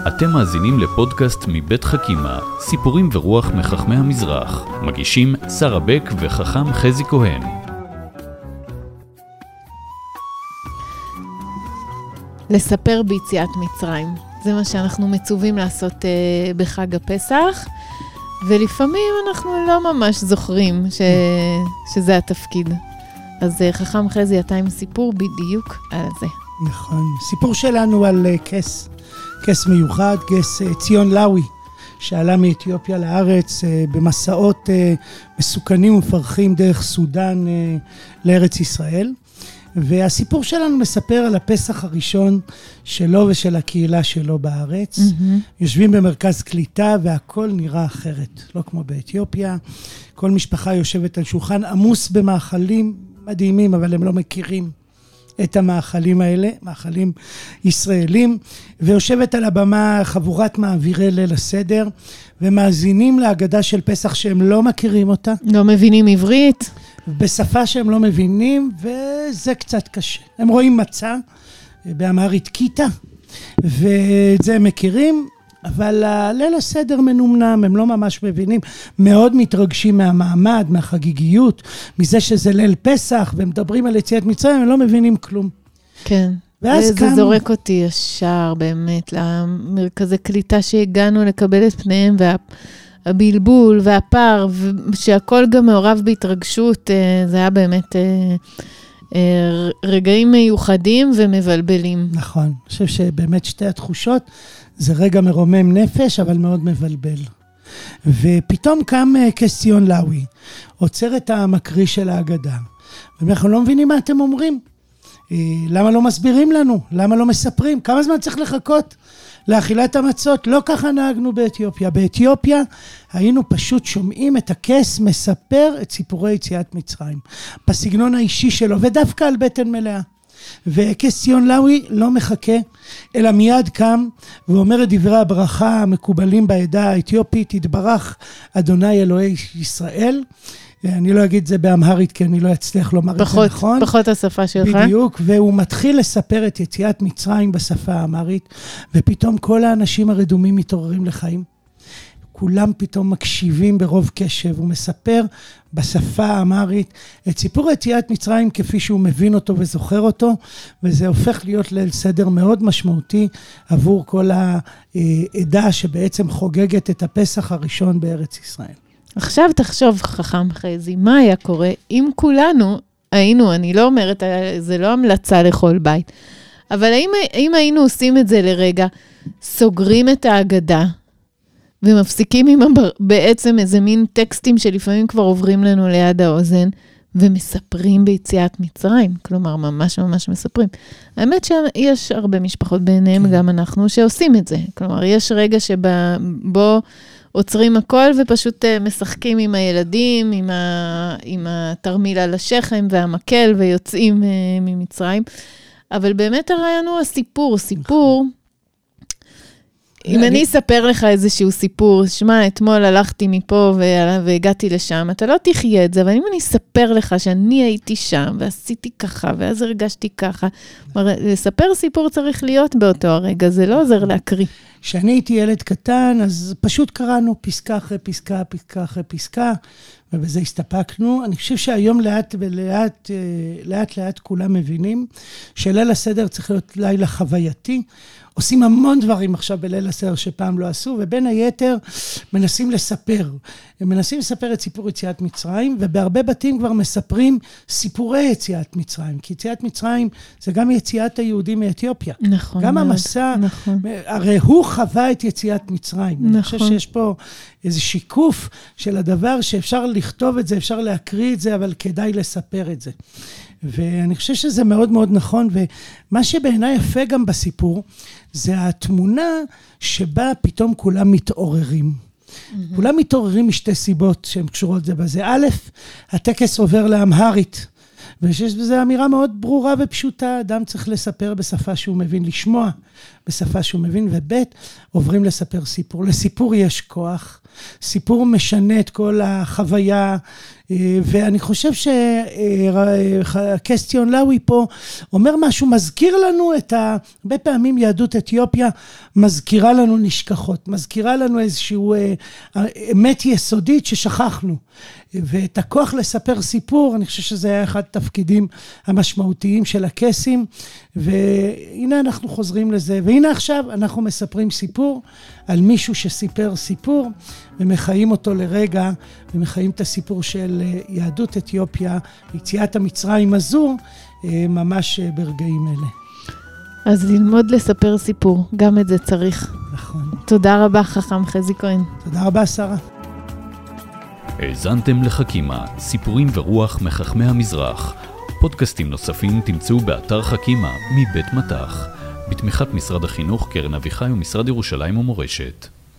אתם מאזינים לפודקאסט מבית חכימה, סיפורים ורוח מחכמי המזרח. מגישים שרה בק וחכם חזי כהן. לספר ביציאת מצרים. זה מה שאנחנו מצווים לעשות בחג הפסח, ולפעמים אנחנו לא ממש זוכרים שזה התפקיד. אז חכם חזי, אתה עם סיפור בדיוק על זה. נכון. סיפור שלנו על כס מיוחד, כס ציון לאוי, שעלה מאתיופיה לארץ במסעות מסוכנים ופרחים דרך סודן לארץ ישראל. והסיפור שלנו מספר על הפסח הראשון שלו ושל הקהילה שלו בארץ. יושבים במרכז קליטה והכל נראה אחרת, לא כמו באתיופיה. כל משפחה יושבת על שולחן עמוס במאכלים מדהימים, אבל הם לא מכירים את המאכלים האלה, מאכלים ישראלים, ויושבת על הבמה חבורת מעבירי ליל הסדר, ומאזינים להגדה של פסח שהם לא מכירים אותה. לא מבינים עברית. בשפה שהם לא מבינים, וזה קצת קשה. הם רואים מצה, באמהרית קיטה, ואת זה הם מכירים, אבל ליל הסדר מנומנם, הם לא ממש מבינים, מאוד מתרגשים מהמעמד, מהחגיגיות, מזה שזה ליל פסח, ומדברים על יציאת מצרים, הם לא מבינים כלום. כן, זה זורק אותי ישר באמת, למרכזי קליטה שהגענו לקבל את פניהם, והבלבול והפער, שהכל גם מעורב בהתרגשות, זה היה באמת רגעים מיוחדים ומבלבלים. נכון, אני חושב שבאמת שתי התחושות, זה רגע מרומם נפש, אבל מאוד מבלבל. ופתאום קם כס ציון לאוי, עוצר את המקריא של ההגדה, ואנחנו לא מבינים מה אתם אומרים. למה לא מסבירים לנו? למה לא מספרים? כמה זמן צריך לחכות לאכילת המצות? לא ככה נהגנו באתיופיה. באתיופיה היינו פשוט שומעים את הכס מספר את סיפורי יציאת מצרים, בסגנון האישי שלו, ודווקא על בטן מלאה. וכס ציון לאוי לא מחכה, אלא מיד קם ואומר את דברי הברכה המקובלים בעדה האתיופית, יתברך אדוני אלוהי ישראל. אני לא אגיד זה באמהרית, כי אני לא אצליח לומר את זה נכון. פחות השפה שלך. בדיוק, והוא מתחיל לספר את יציאת מצרים בשפה האמהרית, ופתאום כל האנשים הרדומים מתעוררים לחיים. כולם פתאום מקשיבים ברוב קשב, הוא מספר בשפה האמהרית את סיפור יציאת מצרים כפי שהוא מבין אותו וזוכר אותו, וזה הופך להיות ליל סדר מאוד משמעותי עבור כל העדה שבעצם חוגגת את הפסח הראשון בארץ ישראל. עכשיו תחשוב חכם חזי, מה היה קורה אם כולנו היינו, אני לא אומרת, זה לא המלצה לכל בית, אבל האם היינו עושים את זה לרגע, סוגרים את ההגדה, ומפסיקים עם בעצם איזה מין טקסטים שלפעמים כבר עוברים לנו ליד האוזן, ומספרים ביציאת מצרים, כלומר ממש ממש מספרים. האמת שיש הרבה משפחות ביניהם, גם אנחנו, שעושים את זה. כלומר, יש רגע שבו עוצרים הכל ופשוט משחקים עם הילדים, עם התרמיל על השכם והמקל, ויוצאים ממצרים. אבל באמת הרעיון הוא סיפור, אם אני אספר לך איזשהו סיפור, שמע, אתמול הלכתי מפה והגעתי לשם, אתה לא תחיה את זה, אבל אם אני אספר לך שאני הייתי שם, ועשיתי ככה, ואז הרגשתי ככה, לספר סיפור צריך להיות באותו הרגע, זה לא עוזר להקריא. כשאני הייתי ילד קטן, אז פשוט קראנו פסקה אחרי פסקה, פסקה אחרי פסקה, ובזה הסתפקנו. אני חושב שהיום לאט כולם מבינים, שליל הסדר צריך להיות לילה חווייתי, עושים המון דברים עכשיו בליל הסדר שפעם לא עשו, ובין היתר מנסים לספר. הם מנסים לספר את סיפור יציאת מצרים, ובהרבה בתים כבר מספרים סיפורי יציאת מצרים, כי יציאת מצרים זה גם יציאת היהודים מאתיופיה. נכון. גם המסע, נכון. הרי הוא חווה את יציאת מצרים. נכון. אני חושב שיש פה איזה שיקוף של הדבר שאפשר לכתוב את זה, אפשר להקריא את זה, אבל כדאי לספר את זה. ואני חושב שזה מאוד מאוד נכון, ומה שבעיניי יפה גם בסיפור, זה התמונה שבה פתאום כולם מתעוררים. כולם מתעוררים משתי סיבות שהן קשורות זה בזה. א', הטקס עובר לאמהרית, ויש בזה אמירה מאוד ברורה ופשוטה, אדם צריך לספר בשפה שהוא מבין, לשמוע בשפה שהוא מבין, ובית עוברים לספר סיפור. לסיפור יש כוח, סיפור משנה את כל החוויה, ואני חושב שקסטיון לאווי פה אומר משהו, מזכיר לנו הרבה פעמים יהדות אתיופיה מזכירה לנו נשכחות, מזכירה לנו איזשהו אמת יסודית ששכחנו, ואת הכוח לספר סיפור, אני חושב שזה היה אחד התפקידים המשמעותיים של הקסים, והנה אנחנו חוזרים לזה, והנה עכשיו אנחנו מספרים סיפור על מישהו שסיפר סיפור, ומחיים אותו לרגע, ומחיים את הסיפור של יהדות אתיופיה, יציאת המצרים הזו, ממש ברגעים אלה. אז ללמוד לספר סיפור, גם את זה צריך. נכון. תודה רבה, חכם חזי כהן. תודה רבה, שרה. האזנתם לחכימה, סיפורים ורוח מחכמי המזרח. פודקאסטים נוספים תמצאו באתר חכימה מבית מטח, בתמיכת משרד החינוך, קרן אביחי ומשרד ירושלים ומורשת.